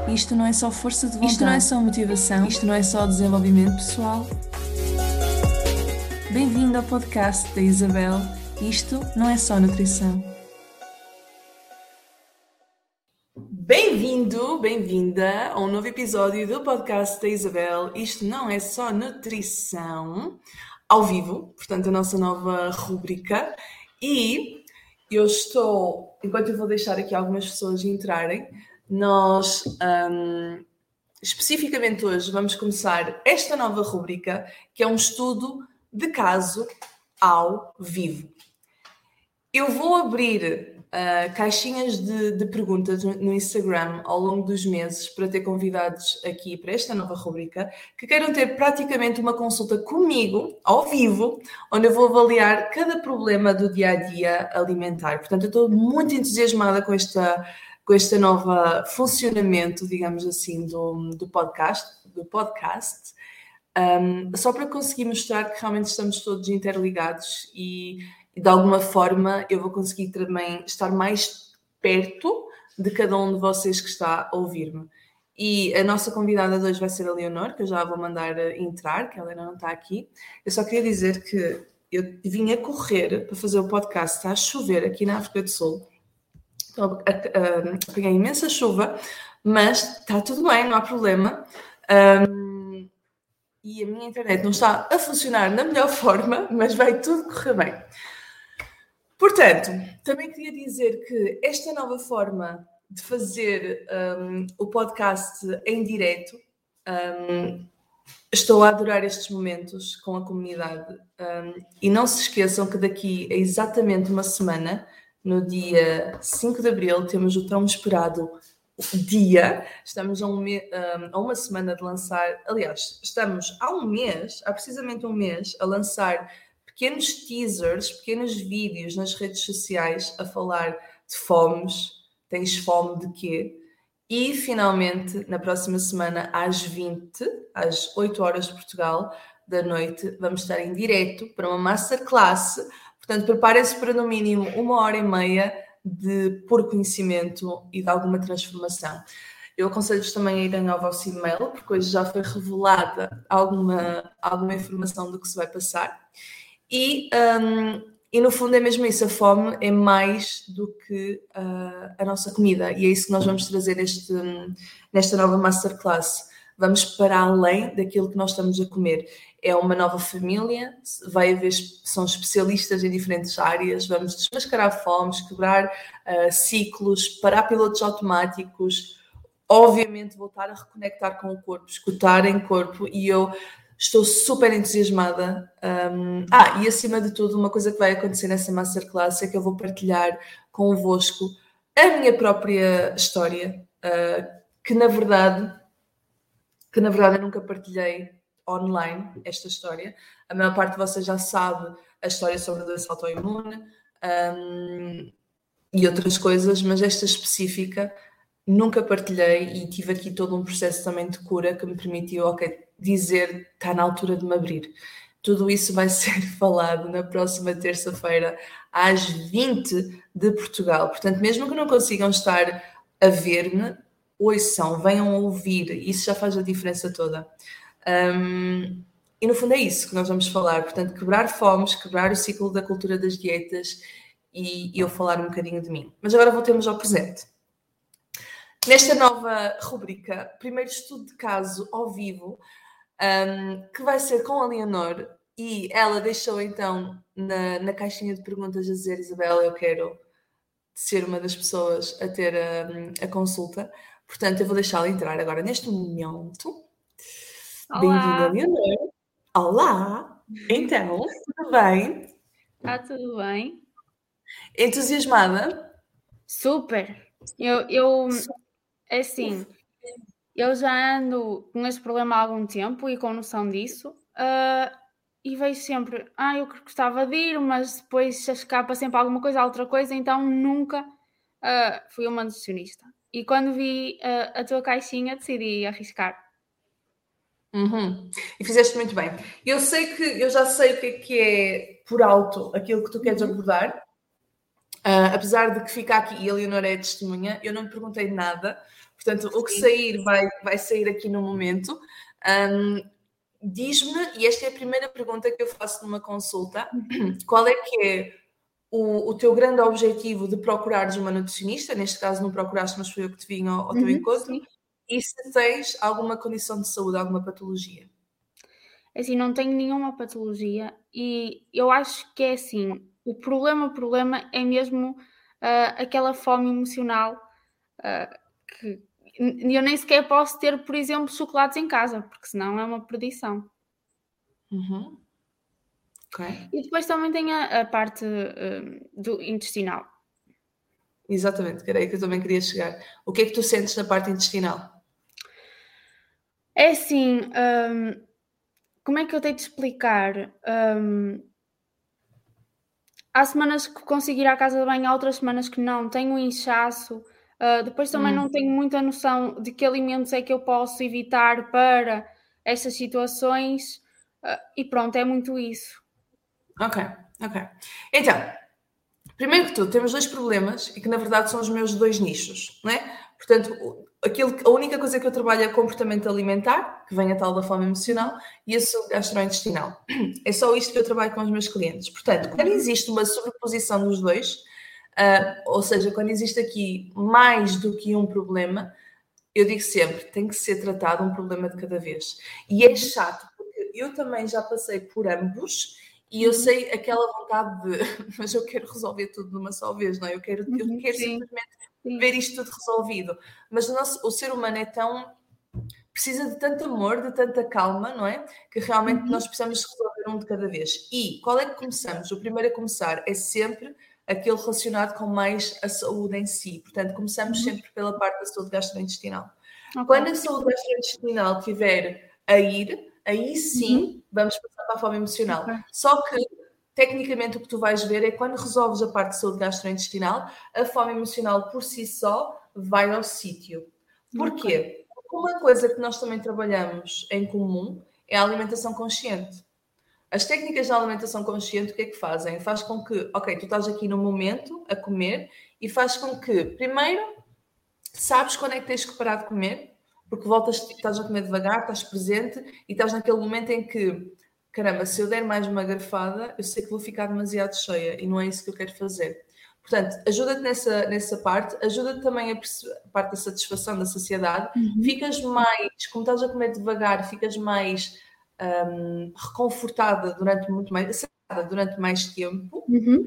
Isto não é só força de vontade. Isto não é só motivação. Isto não é só desenvolvimento pessoal. Bem-vindo ao podcast da Isabel. Isto não é só nutrição. Bem-vindo, bem-vinda a um novo episódio do podcast da Isabel. Isto não é só nutrição, ao vivo, portanto a nossa nova rúbrica. E eu estou, enquanto eu vou deixar aqui algumas pessoas entrarem, nós especificamente hoje vamos começar esta nova rúbrica, que é um estudo de caso ao vivo. Eu vou abrir caixinhas de perguntas no Instagram ao longo dos meses para ter convidados aqui para esta nova rubrica que queiram ter praticamente uma consulta comigo, ao vivo, onde eu vou avaliar cada problema do dia-a-dia alimentar. Portanto, eu estou muito entusiasmada com este novo funcionamento, digamos assim, do podcast. Só para conseguir mostrar que realmente estamos todos interligados e de alguma forma eu vou conseguir também estar mais perto de cada um de vocês que está a ouvir-me. E a nossa convidada de hoje vai ser a Leonor, que eu já vou mandar entrar, que ela ainda não está aqui. Eu só queria dizer que eu vim a correr para fazer o podcast, está a chover aqui na África do Sul. Peguei imensa chuva, mas está tudo bem, não há problema. E a minha internet não está a funcionar na melhor forma, mas vai tudo correr bem. Portanto, também queria dizer que esta nova forma de fazer o podcast em direto, estou a adorar estes momentos com a comunidade. E não se esqueçam que daqui a exatamente uma semana, no dia 5 de Abril, temos o tão esperado dia. Estamos a uma semana de lançar, aliás, estamos há precisamente um mês, a lançar pequenos teasers, pequenos vídeos nas redes sociais a falar de fomes. Tens fome de quê? E, finalmente, na próxima semana, às 8 horas de Portugal, da noite, vamos estar em direto para uma masterclass. Portanto, preparem-se para, no mínimo, 1h30 de puro conhecimento e de alguma transformação. Eu aconselho-vos também a irem ao vosso e-mail, porque hoje já foi revelada alguma informação do que se vai passar. E no fundo é mesmo isso, a fome é mais do que a nossa comida, e é isso que nós vamos trazer nesta nova masterclass. Vamos para além daquilo que nós estamos a comer. É uma nova família, são especialistas em diferentes áreas, vamos desmascarar fomes, quebrar ciclos, parar pilotos automáticos, obviamente voltar a reconectar com o corpo, escutar em corpo, e eu estou super entusiasmada. E acima de tudo, uma coisa que vai acontecer nessa masterclass é que eu vou partilhar convosco a minha própria história, que na verdade eu nunca partilhei online, esta história. A maior parte de vocês já sabe a história sobre a doença autoimune e outras coisas, mas esta específica nunca partilhei, e tive aqui todo um processo também de cura que me permitiu, dizer, está na altura de me abrir. Tudo isso vai ser falado na próxima terça-feira, às 20 de Portugal. Portanto, mesmo que não consigam estar a ver-me, ouçam, venham ouvir, isso já faz a diferença toda. E no fundo é isso que nós vamos falar. Portanto, quebrar fomes, quebrar o ciclo da cultura das dietas e eu falar um bocadinho de mim. Mas agora voltemos ao presente. Nesta nova rubrica, primeiro estudo de caso ao vivo, que vai ser com a Leonor, e ela deixou então na caixinha de perguntas a dizer: Isabel, eu quero ser uma das pessoas a ter a consulta, portanto eu vou deixá-la entrar agora neste momento. Olá. Bem-vinda, Leonor. Olá! Então, tudo bem? Está tudo bem? Entusiasmada? Super! Assim, eu já ando com este problema há algum tempo e com noção disso, e vejo sempre, eu gostava de ir, mas depois escapa sempre alguma coisa, outra coisa, então nunca fui uma nutricionista. E quando vi a tua caixinha, decidi arriscar. E fizeste muito bem. Eu já sei o que é por alto aquilo que tu queres abordar. apesar de que fica aqui, e a Leonor é testemunha, eu não lhe perguntei nada, portanto, o que sair vai sair aqui no momento. Diz-me, e esta é a primeira pergunta que eu faço numa consulta, qual é que é o teu grande objetivo de procurares uma nutricionista? Neste caso não procuraste, mas foi eu que te vim ao teu encontro. Sim. E se tens alguma condição de saúde, alguma patologia? Assim, não tenho nenhuma patologia e eu acho que é assim, o problema é mesmo aquela fome emocional que eu nem sequer posso ter, por exemplo, chocolates em casa, porque senão é uma perdição. Ok. E depois também tem a parte do intestinal. Exatamente, que era aí que eu também queria chegar. O que é que tu sentes na parte intestinal? É assim, como é que eu tenho de explicar? Há semanas que consigo ir à casa de banho, há outras semanas que não. Tenho um inchaço. Depois também não tenho muita noção de que alimentos é que eu posso evitar para estas situações. E pronto, é muito isso. Ok. Então, primeiro que tudo, temos dois problemas e que na verdade são os meus dois nichos, não é? Portanto, a única coisa que eu trabalho é comportamento alimentar, que vem a tal da fome emocional, e a saúde gastrointestinal. É só isto que eu trabalho com os meus clientes. Portanto, quando existe uma sobreposição dos dois, ou seja, quando existe aqui mais do que um problema, eu digo sempre, tem que ser tratado um problema de cada vez. E é chato, porque eu também já passei por ambos e eu sei aquela vontade de, mas eu quero resolver tudo de uma só vez, não é? Eu quero simplesmente ver isto tudo resolvido. Mas o ser humano é tão... precisa de tanto amor, de tanta calma, não é? Que realmente nós precisamos resolver um de cada vez. E qual é que começamos? O primeiro a começar é sempre aquele relacionado com mais a saúde em si. Portanto, começamos sempre pela parte da saúde gastrointestinal. Okay. Quando a saúde gastrointestinal estiver a ir, aí sim vamos passar para a fome emocional. Okay. Só que, tecnicamente, o que tu vais ver é que quando resolves a parte de saúde gastrointestinal, a fome emocional por si só vai ao sítio. Porquê? Okay. Porque uma coisa que nós também trabalhamos em comum é a alimentação consciente. As técnicas de alimentação consciente, o que é que fazem? Faz com que, ok, tu estás aqui no momento a comer e faz com que, primeiro, sabes quando é que tens que parar de comer, porque estás a comer devagar, estás presente e estás naquele momento em que, caramba, se eu der mais uma garfada, eu sei que vou ficar demasiado cheia e não é isso que eu quero fazer. Portanto, ajuda-te nessa parte, ajuda-te também a parte da satisfação, da saciedade. Ficas mais, como estás a comer devagar, ficas mais... reconfortada durante mais tempo.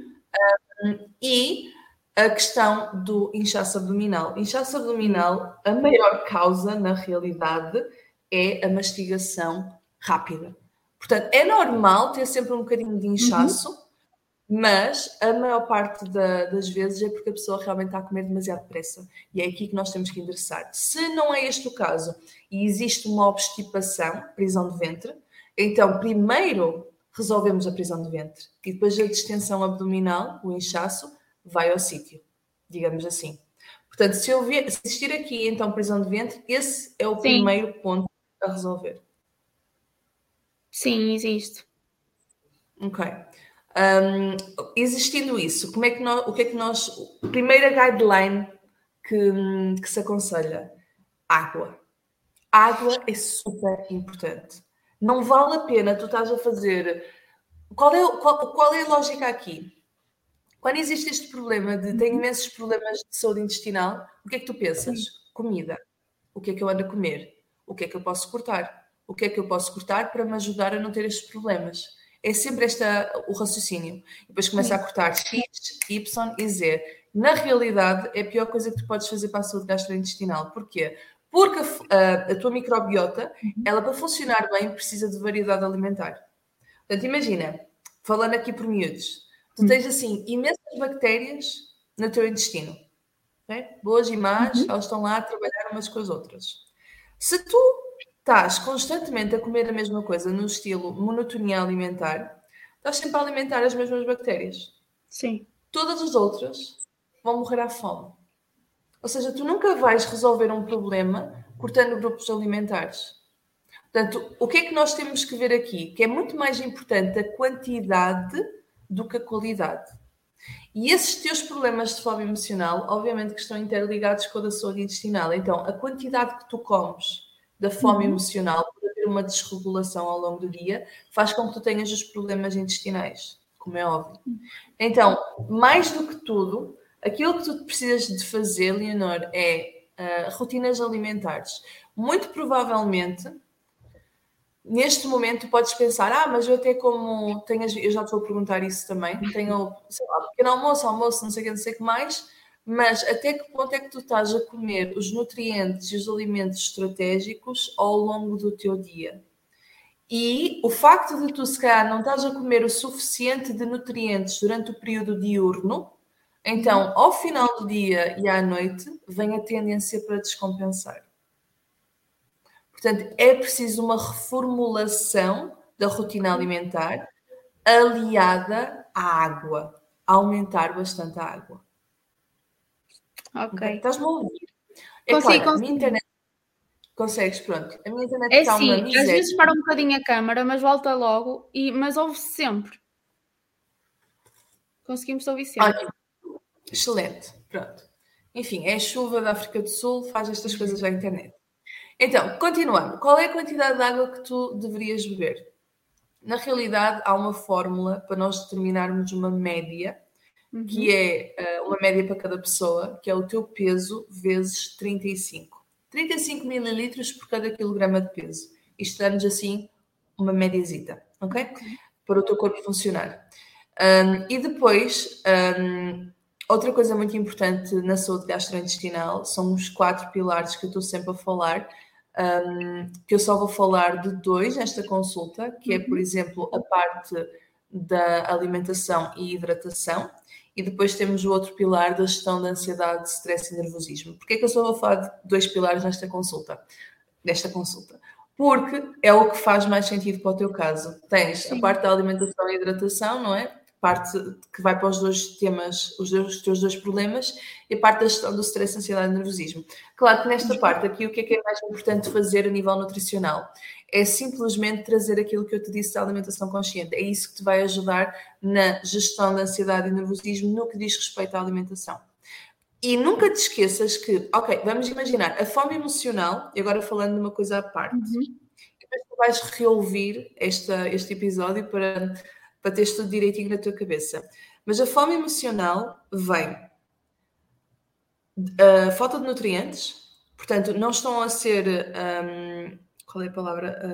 E a questão do inchaço abdominal. Inchaço abdominal, a maior causa, na realidade, é a mastigação rápida. Portanto, é normal ter sempre um bocadinho de inchaço, mas a maior parte das vezes é porque a pessoa realmente está a comer demasiado depressa. E é aqui que nós temos que endereçar. Se não é este o caso e existe uma obstipação, prisão de ventre, então primeiro resolvemos a prisão de ventre e depois a distensão abdominal, o inchaço, vai ao sítio, digamos assim. Portanto, se existir aqui então prisão de ventre, esse é o primeiro ponto a resolver. Sim, existe. Ok. Existindo isso, o que é que nós... Primeira guideline que se aconselha: água. Água é super importante. Não vale a pena tu estás a fazer... Qual é a lógica aqui? Quando existe este problema de tenho imensos problemas de saúde intestinal, o que é que tu pensas? Comida. O que é que eu ando a comer? O que é que eu posso cortar? O que é que eu posso cortar para me ajudar a não ter estes problemas? É sempre o raciocínio. Depois começa a cortar X, Y e Z. Na realidade, é a pior coisa que tu podes fazer para a saúde gastrointestinal. Porquê? Porque a tua microbiota, ela para funcionar bem, precisa de variedade alimentar. Portanto, imagina, falando aqui por miúdos, tu tens assim imensas bactérias no teu intestino. Okay? Boas e más, elas estão lá a trabalhar umas com as outras. Se tu estás constantemente a comer a mesma coisa no estilo monotonia alimentar, estás sempre a alimentar as mesmas bactérias. Sim. Todas as outras vão morrer à fome. Ou seja, tu nunca vais resolver um problema cortando grupos alimentares. Portanto, o que é que nós temos que ver aqui? Que é muito mais importante a quantidade do que a qualidade. E esses teus problemas de fome emocional, obviamente que estão interligados com a da saúde intestinal. Então, a quantidade que tu comes da fome emocional, por haver uma desregulação ao longo do dia, faz com que tu tenhas os problemas intestinais, como é óbvio. Então, mais do que tudo, aquilo que tu precisas de fazer, Leonor, é rotinas alimentares. Muito provavelmente, neste momento, podes pensar, mas eu até como tenho, eu já te vou perguntar isso também, tenho, sei lá, pequeno almoço, não sei o que mais, mas até que ponto é que tu estás a comer os nutrientes e os alimentos estratégicos ao longo do teu dia? E o facto de tu, se calhar, não estás a comer o suficiente de nutrientes durante o período diurno, então, ao final do dia e à noite, vem a tendência para descompensar. Portanto, é preciso uma reformulação da rotina alimentar aliada à água. Aumentar bastante a água. Ok. Estás-me a ouvir? Consigo. A minha internet... Consegues, pronto. A minha internet É está uma sim, miséria. às vezes para um bocadinho a câmara, mas volta logo, mas ouve-se sempre. Conseguimos ouvir sempre. Excelente, pronto. Enfim, é a chuva da África do Sul, faz estas coisas à internet. Então, continuando. Qual é a quantidade de água que tu deverias beber? Na realidade, há uma fórmula para nós determinarmos uma média, que é uma média para cada pessoa, que é o teu peso vezes 35. 35 mililitros por cada quilograma de peso. Isto dá-nos assim uma médiazita, ok? Para o teu corpo funcionar. E depois, outra coisa muito importante na saúde gastrointestinal são os 4 pilares que eu estou sempre a falar, que eu só vou falar de 2 nesta consulta, que é, por exemplo, a parte da alimentação e hidratação, e depois temos o outro pilar da gestão da ansiedade, stress e nervosismo. Porquê é que eu só vou falar de 2 pilares nesta consulta? Porque é o que faz mais sentido para o teu caso. Tens a parte da alimentação e hidratação, não é? Parte que vai para os dois temas, os teus 2 problemas, e a parte da gestão do stress, ansiedade e nervosismo. Claro que nesta parte aqui, o que é mais importante fazer a nível nutricional? É simplesmente trazer aquilo que eu te disse da alimentação consciente. É isso que te vai ajudar na gestão da ansiedade e nervosismo no que diz respeito à alimentação. E nunca te esqueças que, ok, vamos imaginar, a fome emocional, e agora falando de uma coisa à parte, depois tu vais reouvir este episódio para teres tudo direitinho na tua cabeça. Mas a fome emocional vem a falta de nutrientes, portanto, não estão a ser... qual é a palavra?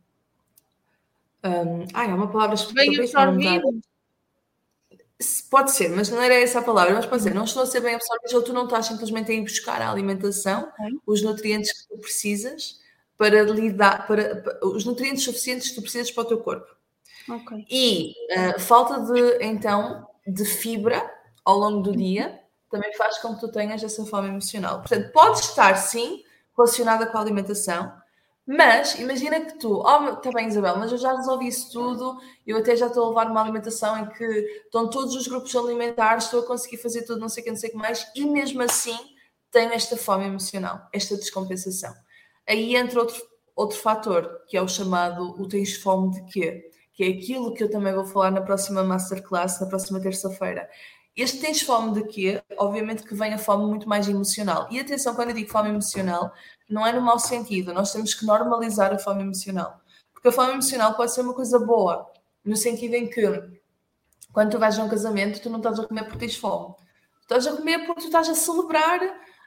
É uma palavra Bem absorvido. Pode ser, mas não era essa a palavra. Mas pode ser, não estão a ser bem absorvidos ou tu não estás simplesmente a ir buscar a alimentação, os nutrientes que tu precisas para lidar, para os nutrientes suficientes que tu precisas para o teu corpo. Ok. E falta de fibra ao longo do dia também faz com que tu tenhas essa fome emocional. Portanto, pode estar sim relacionada com a alimentação, mas imagina que tu, está bem, Isabel, mas eu já resolvi isso tudo, eu até já estou a levar uma alimentação em que estão todos os grupos alimentares, estou a conseguir fazer tudo, não sei o que mais, e mesmo assim tenho esta fome emocional, esta descompensação. Aí entra outro fator, que é o chamado, o tens fome de quê? Que é aquilo que eu também vou falar na próxima masterclass, na próxima terça-feira. Este tens fome de quê? Obviamente que vem a fome muito mais emocional. E atenção, quando eu digo fome emocional, não é no mau sentido. Nós temos que normalizar a fome emocional. Porque a fome emocional pode ser uma coisa boa, no sentido em que, quando tu vais a um casamento, tu não estás a comer porque tens fome. Tu estás a comer porque tu estás a celebrar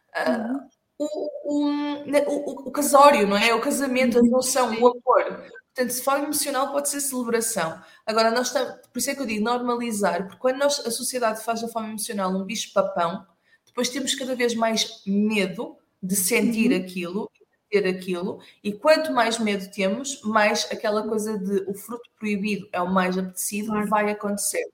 o casório, não é? O casamento, a emoção, o amor. Portanto, se fome emocional pode ser celebração. Agora, por isso é que eu digo normalizar, porque quando a sociedade faz a fome emocional um bicho-papão, depois temos cada vez mais medo de sentir aquilo, de ter aquilo, e quanto mais medo temos, mais aquela coisa de o fruto proibido é o mais apetecido, vai acontecer.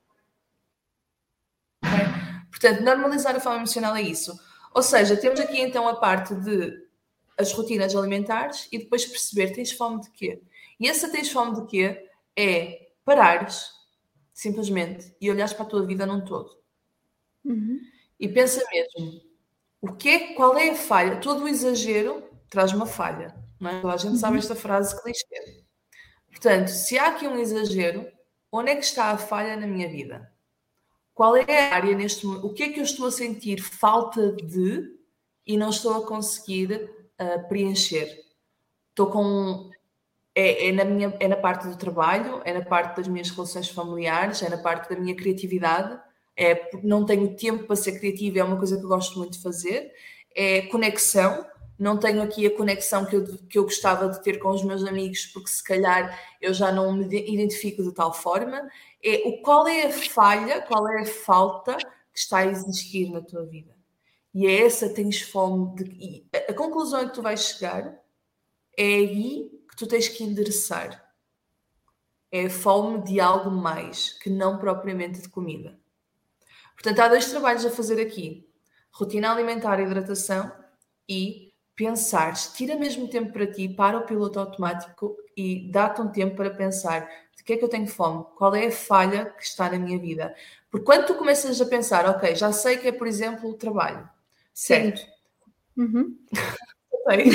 Okay? Portanto, normalizar a fome emocional é isso. Ou seja, temos aqui então a parte de as rotinas alimentares e depois perceber, tens fome de quê? E essa tens fome de quê é parares, simplesmente, e olhares para a tua vida num todo. E pensa mesmo, qual é a falha? Todo o exagero traz uma falha. Não é? Toda a gente sabe esta frase clichê. Portanto, se há aqui um exagero, onde é que está a falha na minha vida? qual é a área neste momento, o que é que eu estou a sentir falta de e não estou a conseguir preencher. Estou com... É na parte do trabalho, é na parte das minhas relações familiares, é na parte da minha criatividade, é porque não tenho tempo para ser criativa, é uma coisa que eu gosto muito de fazer, é conexão, não tenho aqui a conexão que eu gostava de ter com os meus amigos, porque se calhar eu já não me identifico de tal forma, qual é a falha, qual é a falta que está a existir na tua vida. E é essa, tens fome de... A conclusão a que tu vais chegar é aí que tu tens que endereçar. É a fome de algo mais, que não propriamente de comida. Portanto, há 2 trabalhos a fazer aqui. Rotina alimentar e hidratação e pensar. Tira mesmo tempo para ti, para o piloto automático e dá-te um tempo para pensar de que é que eu tenho fome? Qual é a falha que está na minha vida? Porque quando tu começas a pensar, ok, já sei que é, por exemplo, o trabalho. Certo? Uhum. Ok.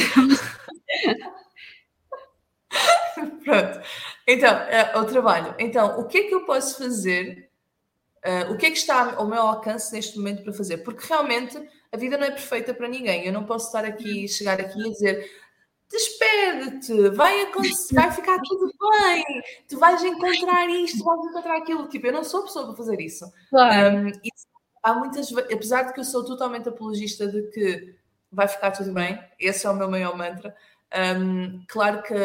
Pronto. Então, o trabalho. Então, o que é que eu posso fazer? O que é que está ao meu alcance neste momento para fazer? Porque realmente a vida não é perfeita para ninguém. Eu não posso chegar aqui e dizer despede-te, vai ficar tudo bem, tu vais encontrar isto, vais encontrar aquilo. Tipo, eu não sou a pessoa para fazer isso. Claro. Há muitas, apesar de que eu sou totalmente apologista de que vai ficar tudo bem, esse é o meu maior mantra. Claro que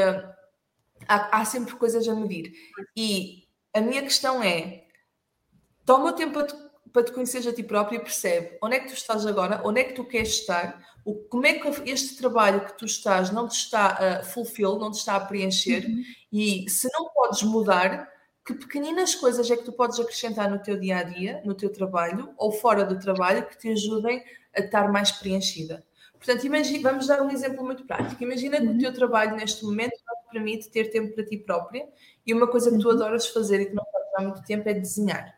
há sempre coisas a medir. E a minha questão é, toma o tempo para te conheceres a ti próprio e percebe onde é que tu estás agora, onde é que tu queres estar, como é que este trabalho que tu estás não te está a fulfill, não te está a preencher, e se não podes mudar, que pequeninas coisas é que tu podes acrescentar no teu dia-a-dia, no teu trabalho, ou fora do trabalho, que te ajudem a estar mais preenchida. Portanto, vamos dar um exemplo muito prático. Imagina que o teu trabalho neste momento não te permite ter tempo para ti própria, e uma coisa que tu adoras fazer e que não fazes há muito tempo é desenhar.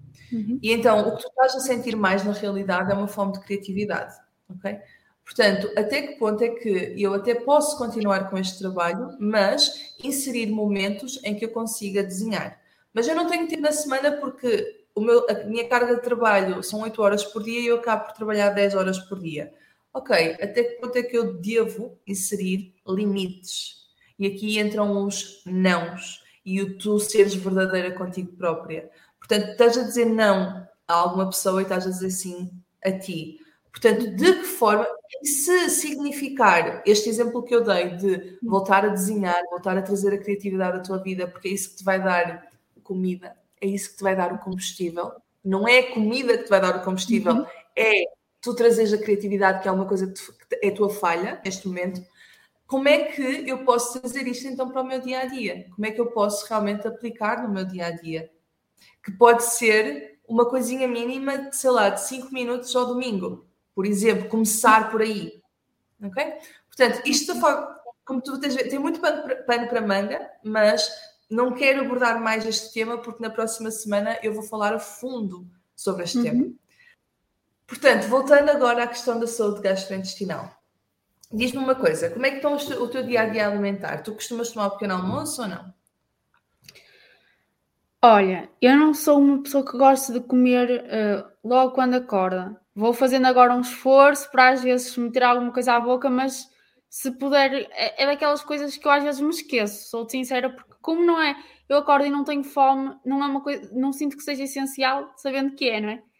E então, o que tu estás a sentir mais na realidade é uma fome de criatividade, ok? Portanto, até que ponto é que eu até posso continuar com este trabalho, mas inserir momentos em que eu consiga desenhar. Mas eu não tenho tempo na semana porque a minha carga de trabalho são 8 horas por dia e eu acabo por trabalhar 10 horas por dia. Ok, até que ponto é que eu devo inserir limites? E aqui entram os nãos e o tu seres verdadeira contigo própria. Portanto, estás a dizer não a alguma pessoa e estás a dizer sim a ti. Portanto, de que forma, se significar este exemplo que eu dei de voltar a desenhar, voltar a trazer a criatividade à tua vida, porque é isso que te vai dar comida, é isso que te vai dar o combustível. Não é a comida que te vai dar o combustível, é tu trazeres a criatividade, que é uma coisa que é a tua falha neste momento. Como é que eu posso trazer isto então para o meu dia-a-dia? Como é que eu posso realmente aplicar no meu dia-a-dia? Que pode ser uma coisinha mínima, de, sei lá, de 5 minutos ao domingo. Por exemplo, começar por aí. Ok? Portanto, isto, como tu tens, tem muito pano para manga, mas não quero abordar mais este tema porque na próxima semana eu vou falar a fundo sobre este tema. Portanto, voltando agora à questão da saúde gastrointestinal. Diz-me uma coisa, como é que está o teu dia-a-dia alimentar? Tu costumas tomar um pequeno almoço ou não? Olha, eu não sou uma pessoa que gosta de comer logo quando acorda. Vou fazendo agora um esforço para às vezes meter alguma coisa à boca, mas se puder, é daquelas coisas que eu às vezes me esqueço, sou sincera, porque como não é, eu acordo e não tenho fome, não é uma coisa, não sinto que seja essencial, sabendo que é, não é?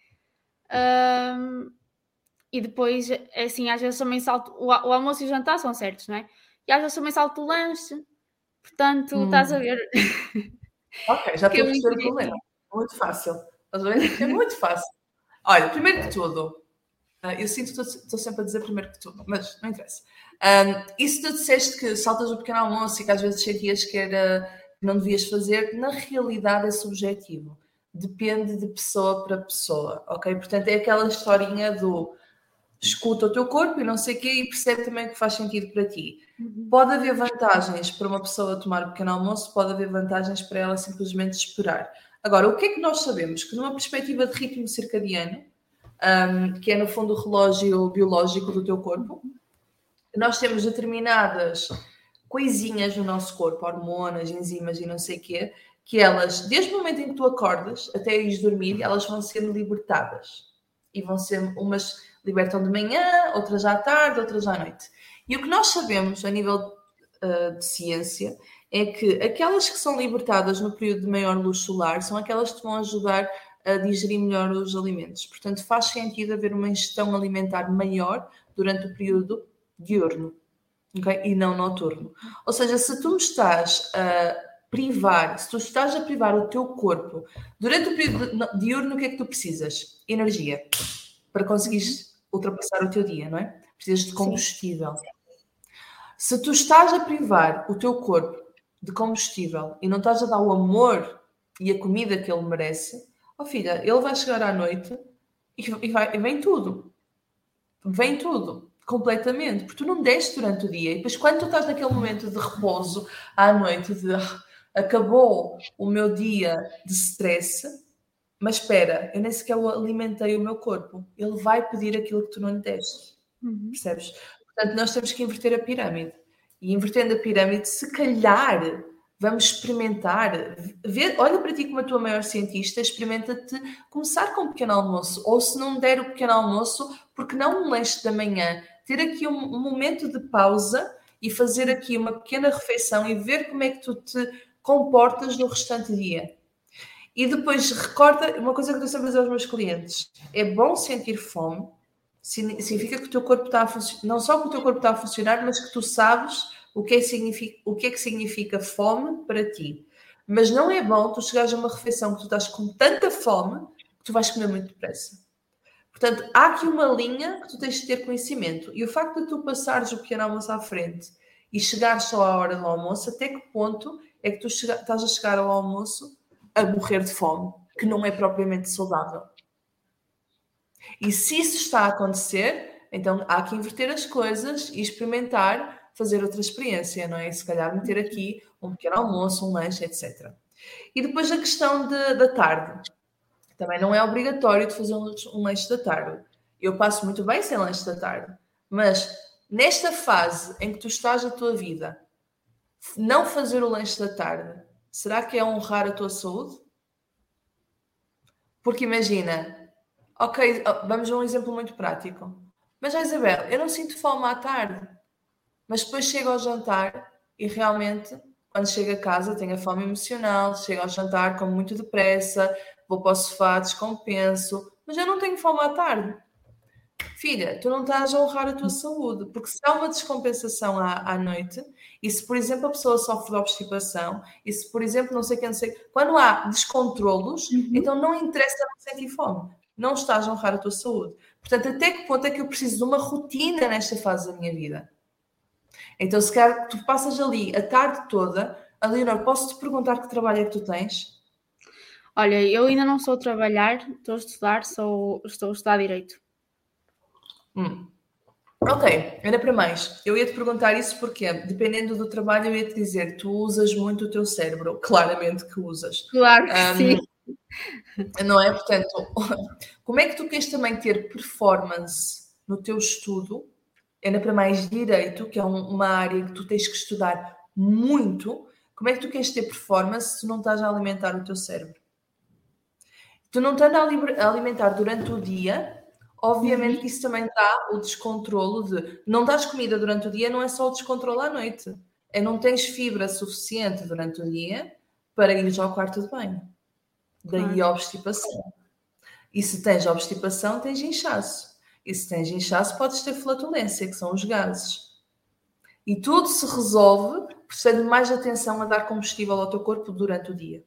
E depois, assim, às vezes também salto, o almoço e o jantar são certos, não é? E às vezes também salto o lanche, portanto, estás a ver. Ok, já estou a perceber o problema. Muito fácil. Estás a ver? É muito fácil. Olha, primeiro que tudo, eu sinto que estou sempre a dizer primeiro que tudo, mas não interessa. E se tu disseste que saltas o pequeno almoço e que às vezes sentias que não devias fazer, na realidade é subjetivo. Depende de pessoa para pessoa, ok? Portanto, é aquela historinha do escuta o teu corpo e não sei o quê e percebe também o que faz sentido para ti. Pode haver vantagens para uma pessoa tomar um pequeno almoço, pode haver vantagens para ela simplesmente esperar. Agora, o que é que nós sabemos? Que numa perspectiva de ritmo circadiano, que é no fundo o relógio biológico do teu corpo, nós temos determinadas coisinhas no nosso corpo, hormonas, enzimas e não sei o quê, que elas, desde o momento em que tu acordas até ires dormir, elas vão sendo libertadas. E vão ser, umas libertam de manhã, outras à tarde, outras à noite. E o que nós sabemos a nível de ciência é que aquelas que são libertadas no período de maior luz solar são aquelas que vão ajudar a digerir melhor os alimentos. Portanto, faz sentido haver uma ingestão alimentar maior durante o período diurno, okay? E não noturno. Ou seja, se tu estás a privar o teu corpo durante o período diurno, o que é que tu precisas? Energia, para conseguires ultrapassar o teu dia, não é? Precisas de combustível. Sim. Se tu estás a privar o teu corpo de combustível e não estás a dar o amor e a comida que ele merece, filha, ele vai chegar à noite e vem tudo. Vem tudo, completamente. Porque tu não deste durante o dia. E depois quando tu estás naquele momento de repouso, à noite, acabou o meu dia de stress, mas espera, eu nem sequer alimentei o meu corpo. Ele vai pedir aquilo que tu não lhe deste. Percebes? Portanto, nós temos que inverter a pirâmide. E invertendo a pirâmide, se calhar, vamos experimentar. Olha para ti como a tua maior cientista, experimenta-te começar com um pequeno almoço. Ou se não der o pequeno almoço, porque não um lanche da manhã? Ter aqui um momento de pausa e fazer aqui uma pequena refeição e ver como é que tu te comportas no restante dia. E depois, recorda, uma coisa que eu estou sempre a dizer aos meus clientes, é bom sentir fome, significa que o teu corpo está a funcionar, não só que o teu corpo está a funcionar, mas que tu sabes o que é que significa fome para ti. Mas não é bom tu chegares a uma refeição que tu estás com tanta fome que tu vais comer muito depressa. Portanto, há aqui uma linha que tu tens de ter conhecimento. E o facto de tu passares o pequeno almoço à frente e chegares só à hora do almoço, até que ponto é que tu estás a chegar ao almoço a morrer de fome, que não é propriamente saudável. E se isso está a acontecer, então há que inverter as coisas e experimentar fazer outra experiência, não é? E se calhar meter aqui um pequeno almoço, um lanche, etc. E depois a questão da tarde. Também não é obrigatório de fazer um lanche da tarde. Eu passo muito bem sem lanche da tarde. Mas nesta fase em que tu estás na tua vida, não fazer o lanche da tarde, será que é honrar a tua saúde? Porque imagina, ok, vamos a um exemplo muito prático. Mas, Isabel, eu não sinto fome à tarde. Mas depois chego ao jantar e realmente, quando chego a casa, tenho a fome emocional, chego ao jantar, como muito depressa, vou para o sofá, descompenso, mas eu não tenho fome à tarde. Filha, tu não estás a honrar a tua saúde, porque se há uma descompensação à noite, e se, por exemplo, a pessoa sofre de obstipação, e se, por exemplo, não sei quem, não sei... Quando há descontrolos, então não interessa não sentir fome. Não estás a honrar a tua saúde. Portanto, até que ponto é que eu preciso de uma rotina nesta fase da minha vida? Então, se calhar, tu passas ali a tarde toda. Leonor, posso-te perguntar que trabalho é que tu tens? Olha, eu ainda não estou a trabalhar, estou a estudar, estou a estudar Direito. Ok, ainda para mais. Eu ia-te perguntar isso porque, dependendo do trabalho, eu ia-te dizer, tu usas muito o teu cérebro. Claramente que usas. Claro que sim. Não é? Portanto, como é que tu queres também ter performance no teu estudo? Ainda para mais Direito, que é uma área que tu tens que estudar muito. Como é que tu queres ter performance se tu não estás a alimentar o teu cérebro? Tu não estás a alimentar durante o dia... Obviamente que isso também dá o descontrolo de... Não dás comida durante o dia, não é só o descontrolo à noite. É não tens fibra suficiente durante o dia para ires ao quarto de banho. Daí a obstipação. E se tens obstipação, tens inchaço. E se tens inchaço, podes ter flatulência, que são os gases. E tudo se resolve prestando mais atenção a dar combustível ao teu corpo durante o dia.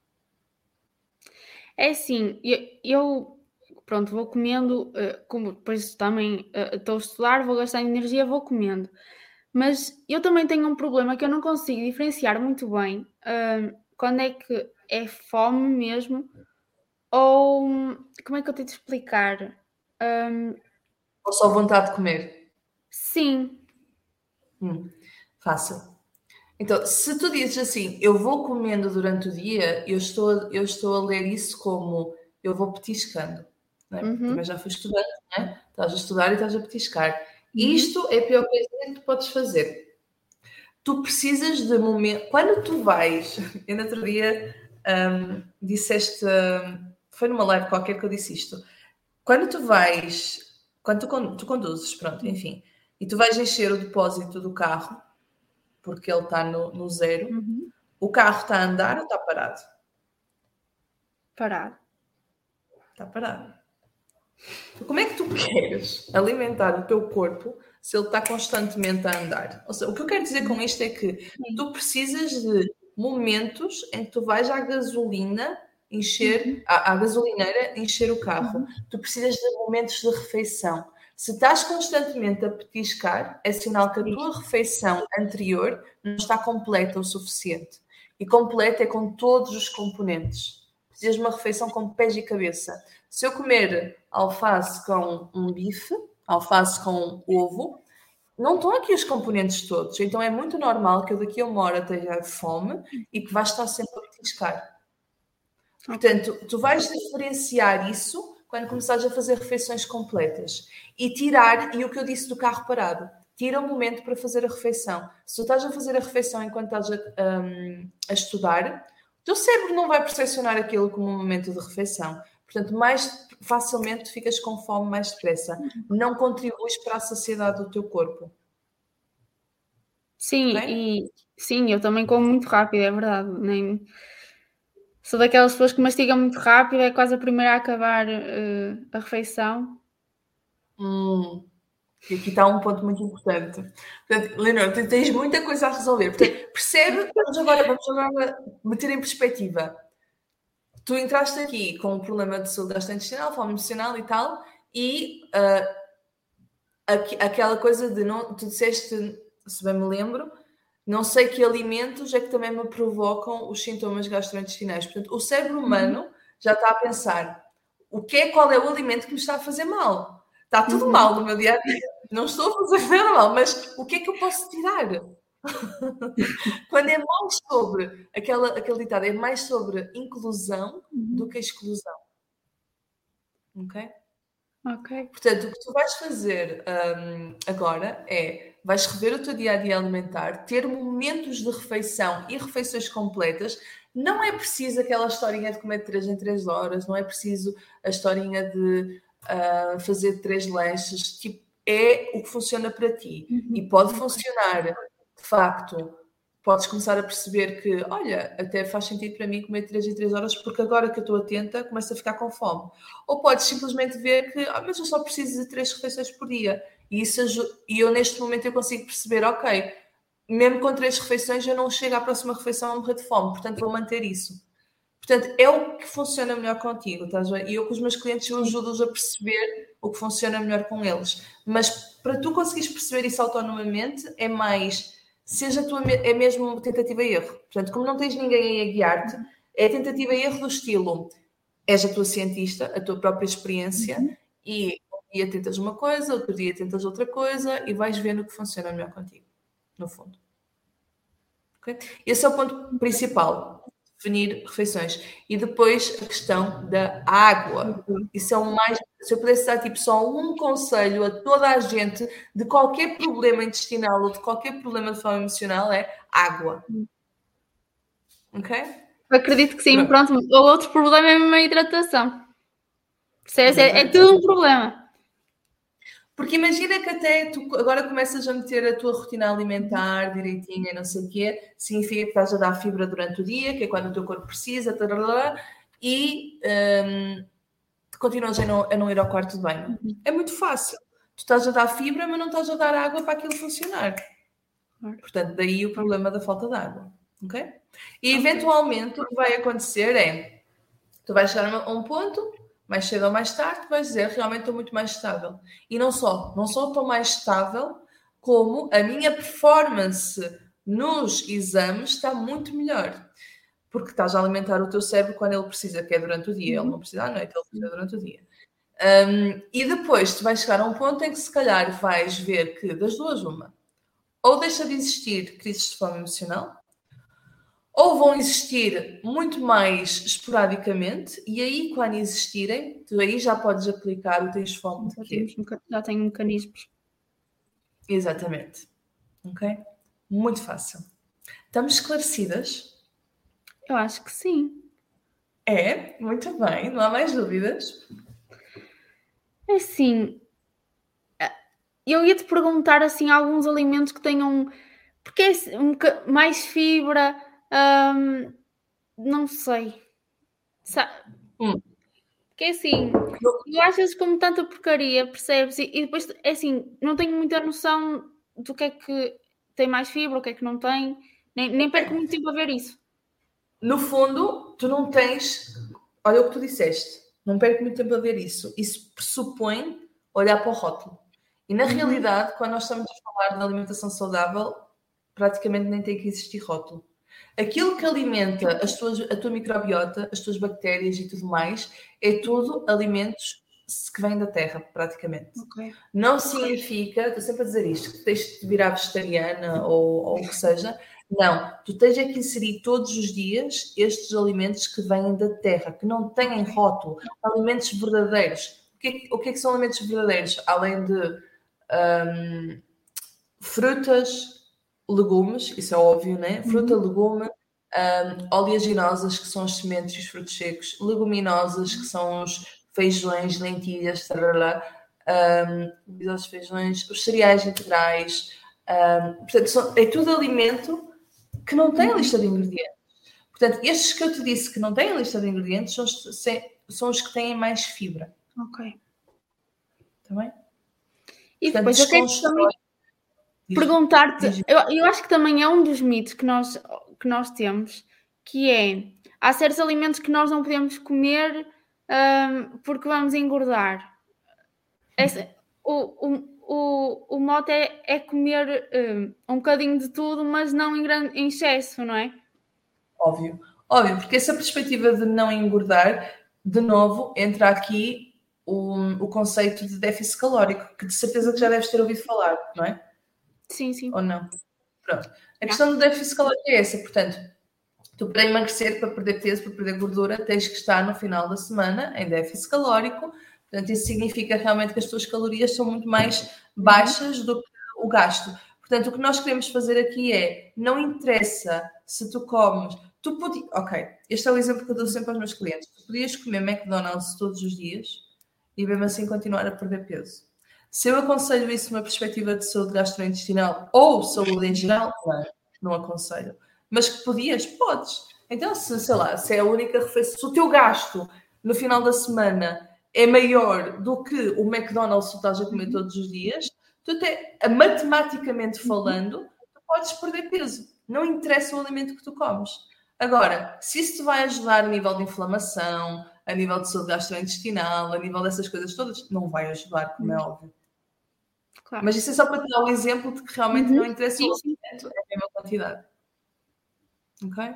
É assim, pronto, vou comendo, como depois também estou a estudar, vou gastar energia, vou comendo. Mas eu também tenho um problema que eu não consigo diferenciar muito bem quando é que é fome mesmo ou como é que eu tenho de explicar? Ou só vontade de comer? Sim. Fácil. Então, se tu dizes assim, eu vou comendo durante o dia, eu estou a ler isso como eu vou petiscando. Não é? Também já fui estudante, não é? Estás a estudar e estás a petiscar. Isto é a pior coisa que tu podes fazer. Tu precisas de momento. Quando tu vais, eu no outro dia disseste, foi numa live qualquer que eu disse isto. Quando tu conduzes, pronto, enfim, e tu vais encher o depósito do carro, porque ele está no zero, o carro está a andar ou está parado? Parado. Está parado. Como é que tu queres alimentar o teu corpo se ele está constantemente a andar? Ou seja, o que eu quero dizer com isto é que tu precisas de momentos em que tu vais à gasolina encher, à gasolineira encher o carro. Tu precisas de momentos de refeição. Se estás constantemente a petiscar, é sinal que a tua refeição anterior não está completa o suficiente. E completa é com todos os componentes. Precisas de uma refeição com pés e cabeça. Se eu comer alface com um bife, alface com ovo, não estão aqui os componentes todos. Então é muito normal que eu daqui a uma hora tenha fome e que vais estar sempre a petiscar. Portanto, tu vais diferenciar isso quando começares a fazer refeições completas. E o que eu disse do carro parado. Tira um momento para fazer a refeição. Se tu estás a fazer a refeição enquanto estás a estudar, o teu cérebro não vai percepcionar aquilo como um momento de refeição. Portanto, mais facilmente ficas com fome mais depressa. Não contribuis para a saciedade do teu corpo. Sim, Ok? e sim, eu também como muito rápido, é verdade. Sou daquelas pessoas que mastigam muito rápido, é quase a primeira a acabar a refeição. E aqui está um ponto muito importante. Portanto, Leonor, tu tens muita coisa a resolver. Portanto, percebe? Vamos agora meter em perspectiva. Tu entraste aqui com um problema de saúde gastrointestinal, fome emocional e tal, e aquela coisa de não, tu disseste, se bem me lembro, não sei que alimentos é que também me provocam os sintomas gastrointestinais. Portanto, o cérebro humano já está a pensar qual é o alimento que me está a fazer mal. Está tudo mal no meu dia a dia. Não estou a fazer nada mal, mas o que é que eu posso tirar? Quando é mais sobre aquele ditado, é mais sobre inclusão do que exclusão. Ok? Ok. Portanto, o que tu vais fazer agora vais rever o teu dia-a-dia alimentar, ter momentos de refeição e refeições completas. Não é preciso aquela historinha de comer 3 em 3 horas, não é preciso a historinha de fazer 3 lanches. Tipo, é o que funciona para ti. E pode funcionar, de facto. Podes começar a perceber que, olha, até faz sentido para mim comer 3 em 3 horas porque agora que eu estou atenta começo a ficar com fome. Ou podes simplesmente ver que, mas eu só preciso de 3 refeições por dia. E eu neste momento eu consigo perceber, ok, mesmo com 3 refeições eu não chego à próxima refeição a morrer de fome, portanto vou manter isso. Portanto, é o que funciona melhor contigo, estás a ver? E eu com os meus clientes eu ajudo-os a perceber o que funciona melhor com eles. Mas para tu conseguires perceber isso autonomamente, é mais... é mesmo tentativa e erro. Portanto, como não tens ninguém aí a guiar-te, é tentativa e erro do estilo. És a tua cientista, a tua própria experiência, e um dia tentas uma coisa, outro dia tentas outra coisa, e vais vendo o que funciona melhor contigo, no fundo. Okay? Esse é o ponto principal. Definir refeições. E depois a questão da água. Isso é o mais... Se eu pudesse dar tipo, só um conselho a toda a gente de qualquer problema intestinal ou de qualquer problema de fome emocional, é água. Ok? Acredito que sim. Pronto. O outro problema é a mesma hidratação. É tudo um problema. Porque imagina que até tu agora começas a meter a tua rotina alimentar direitinha e não sei o quê, significa que estás a dar fibra durante o dia, que é quando o teu corpo precisa, e continuas a não ir ao quarto de banho. É muito fácil. Tu estás a dar fibra, mas não estás a dar água para aquilo funcionar. Portanto, daí o problema da falta de água. Ok? E eventualmente o que vai acontecer é, tu vais chegar a um ponto, mais cedo ou mais tarde, vais dizer, realmente estou muito mais estável. E não só estou mais estável, como a minha performance nos exames está muito melhor. Porque estás a alimentar o teu cérebro quando ele precisa, que é durante o dia. Ele não precisa à noite, ele precisa durante o dia. E depois tu vais chegar a um ponto em que se calhar vais ver que das duas uma. Ou deixa de existir crises de fome emocional, ou vão existir muito mais esporadicamente, e aí, quando existirem, tu aí já podes aplicar o tens fome de quê? Já tenho mecanismos. Exatamente. Ok? Muito fácil. Estamos esclarecidas? Eu acho que sim. É, muito bem, não há mais dúvidas. É assim, eu ia-te perguntar assim alguns alimentos que tenham, porque é mais fibra, não sei. Hum. Porque é assim, eu às vezes como tanta porcaria, percebes? E depois, é assim, não tenho muita noção do que é que tem mais fibra, o que é que não tem, nem perco muito tempo a ver isso. No fundo, tu não tens. Olha o que tu disseste, não perco muito tempo a ver isso. Isso pressupõe olhar para o rótulo. E na realidade, quando nós estamos a falar de alimentação saudável, praticamente nem tem que existir rótulo. Aquilo que alimenta a tua microbiota, as tuas bactérias e tudo mais, é tudo alimentos que vêm da terra, praticamente. Ok. Não significa, estou sempre a dizer isto, que tens de virar vegetariana ou o que seja. Não, tu tens é que inserir todos os dias estes alimentos que vêm da terra, que não têm rótulo, alimentos verdadeiros. O que é que são alimentos verdadeiros? Além de frutas, legumes, isso é óbvio, né? Fruta, legume, oleaginosas, que são as sementes e os frutos secos, leguminosas, que são os feijões, lentilhas, tarará, os feijões, os cereais integrais. Portanto, é tudo alimento que não tem lista de ingredientes. Portanto, estes que eu te disse que não têm lista de ingredientes são os que têm mais fibra. Ok. Está bem? E Portanto, depois eu quero também perguntar-te, eu acho que também é um dos mitos que nós temos, que é, há certos alimentos que nós não podemos comer porque vamos engordar. O mote é comer um bocadinho de tudo, mas não em excesso, não é? Óbvio, óbvio, porque essa perspectiva de não engordar, de novo, entra aqui o conceito de déficit calórico, que de certeza que já deves ter ouvido falar, não é? Sim, sim. Ou não? Pronto. A questão do déficit calórico é essa, portanto, tu para emagrecer, para perder peso, para perder gordura, tens que estar no final da semana em déficit calórico. Portanto, isso significa realmente que as tuas calorias são muito mais baixas do que o gasto. Portanto, o que nós queremos fazer aqui é, não interessa se tu comes, ok, este é o exemplo que eu dou sempre aos meus clientes. Tu podias comer McDonald's todos os dias e mesmo assim continuar a perder peso. Se eu aconselho isso numa perspectiva de saúde gastrointestinal ou saúde em geral, não aconselho. Mas que podias, podes. Então, sei lá, se é a única refeição, se o teu gasto no final da semana é maior do que o McDonald's que tu estás a comer todos os dias, tu matematicamente falando, tu podes perder peso. Não interessa o alimento que tu comes. Agora, se isso te vai ajudar a nível de inflamação, a nível de saúde gastrointestinal, a nível dessas coisas todas, não vai ajudar, como é óbvio. Claro. Mas isso é só para te dar um exemplo de que realmente não interessa o alimento, é a mesma quantidade. Ok?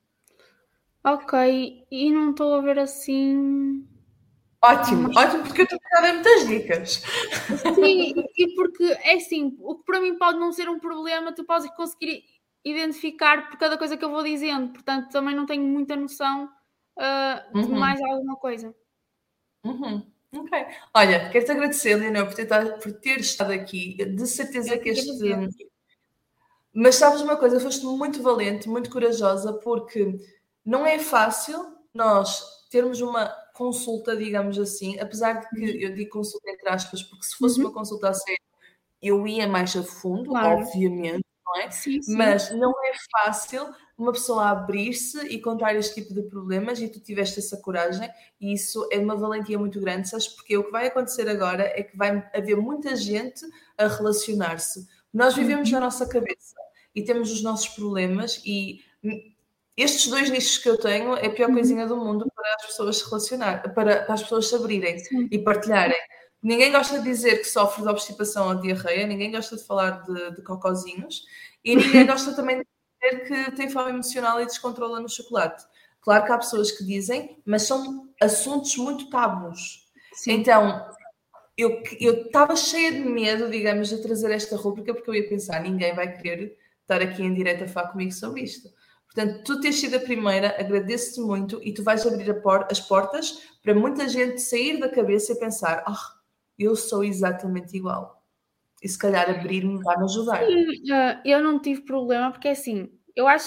Ok, e não estou a ver assim. Ótimo, ótimo, porque eu estou a dar muitas dicas. Sim, e porque é assim, o que para mim pode não ser um problema, tu podes conseguir identificar por cada coisa que eu vou dizendo, portanto também não tenho muita noção de mais alguma coisa. Ok. Olha, quero-te agradecer, Leonor, por ter estado aqui. De certeza Eu que que este. agradeço. Mas sabes uma coisa, foste muito valente, muito corajosa, porque não é fácil nós termos uma consulta, digamos assim, apesar de que eu digo consulta entre aspas, porque se fosse uma consulta a sério, eu ia mais a fundo, Claro. obviamente, não é? Sim, sim. Mas não é fácil uma pessoa abrir-se e contar este tipo de problemas e tu tiveste essa coragem e isso é uma valentia muito grande, sabes? Porque o que vai acontecer agora é que vai haver muita gente a relacionar-se. Nós vivemos na nossa cabeça e temos os nossos problemas e estes dois nichos que eu tenho é a pior coisinha do mundo para as pessoas se relacionar, para as pessoas se abrirem e partilharem. Ninguém gosta de dizer que sofre de obstipação ou diarreia, ninguém gosta de falar de cocozinhos e ninguém gosta também de dizer que tem fome emocional e descontrola no chocolate. Claro que há pessoas que dizem, mas são assuntos muito tabus. Sim. Então, eu estava cheia de medo, digamos, de trazer esta rúbrica, porque eu ia pensar, ninguém vai querer estar aqui em direto a falar comigo sobre isto. Portanto, tu teres sido a primeira, agradeço-te muito e tu vais abrir as portas para muita gente sair da cabeça e pensar, eu sou exatamente igual. E se calhar abrir-me vai-me ajudar. Sim, eu não tive problema, porque assim, eu acho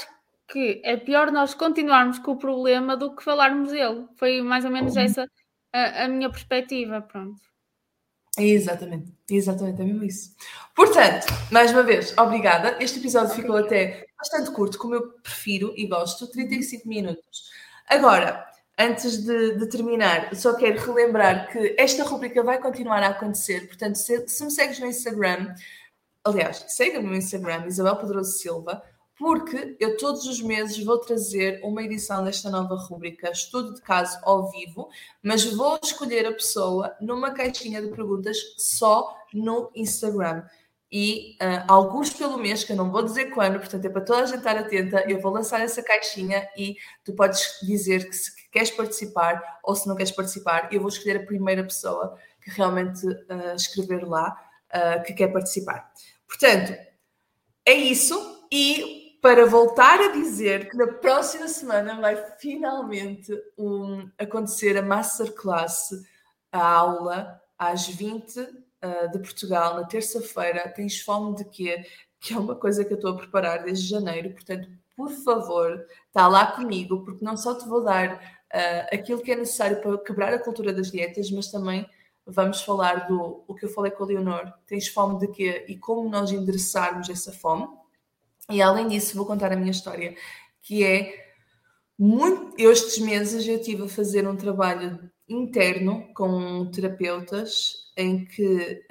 que é pior nós continuarmos com o problema do que falarmos dele. Foi mais ou menos essa a minha perspectiva, pronto. Exatamente, é mesmo isso. Portanto, mais uma vez, obrigada. Este episódio ficou até bastante curto, como eu prefiro e gosto, 35 minutos. Agora, antes de terminar, só quero relembrar que esta rubrica vai continuar a acontecer. Portanto, se me segues no Instagram, aliás, segue-me no Instagram, Isabel Pedroso Silva, porque eu todos os meses vou trazer uma edição desta nova rubrica, estudo de caso ao vivo, mas vou escolher a pessoa numa caixinha de perguntas só no Instagram. E alguns pelo mês, que eu não vou dizer quando, portanto é para toda a gente estar atenta, eu vou lançar essa caixinha e tu podes dizer que se queres participar ou se não queres participar, eu vou escolher a primeira pessoa que realmente escrever lá que quer participar. Portanto, é isso. E para voltar a dizer que na próxima semana vai finalmente acontecer a Masterclass, a aula, às 20 de Portugal, na terça-feira. Tens fome de quê? Que é uma coisa que eu estou a preparar desde janeiro. Portanto, por favor, está lá comigo, porque não só te vou dar aquilo que é necessário para quebrar a cultura das dietas, mas também vamos falar o que eu falei com a Leonor. Tens fome de quê? E como nós endereçarmos essa fome. E além disso, vou contar a minha história, que é estes meses eu estive a fazer um trabalho interno com terapeutas em que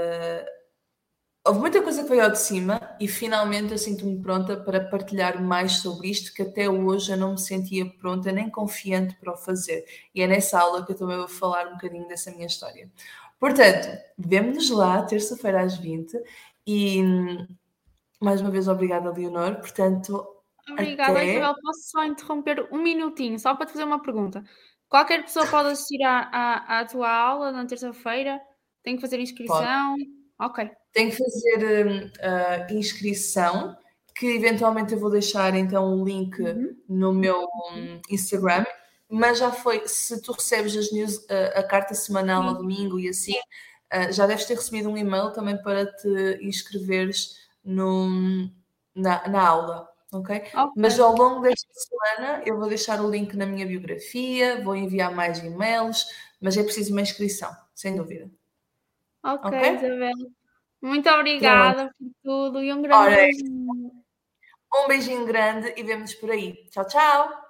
houve muita coisa que veio ao de cima e finalmente eu sinto-me pronta para partilhar mais sobre isto, que até hoje eu não me sentia pronta nem confiante para o fazer. E é nessa aula que eu também vou falar um bocadinho dessa minha história. Portanto, vemo-nos lá, terça-feira às 20 e mais uma vez obrigada, Leonor. Portanto, obrigada, Isabel. Posso só interromper um minutinho, só para te fazer uma pergunta? Qualquer pessoa pode assistir à tua aula na terça-feira? Tem que fazer inscrição? Pode. Ok. Tem que fazer inscrição, que eventualmente eu vou deixar então o link no meu Instagram, mas já foi, se tu recebes as news, a carta semanal ao domingo e assim, já deves ter recebido um e-mail também para te inscreveres na aula, ok? Mas ao longo desta semana eu vou deixar o link na minha biografia, vou enviar mais e-mails, mas é preciso uma inscrição, sem dúvida. Ok, Isabel. Muito obrigada por tudo e um grande beijinho. Um beijinho grande e vemo-nos por aí. Tchau, tchau!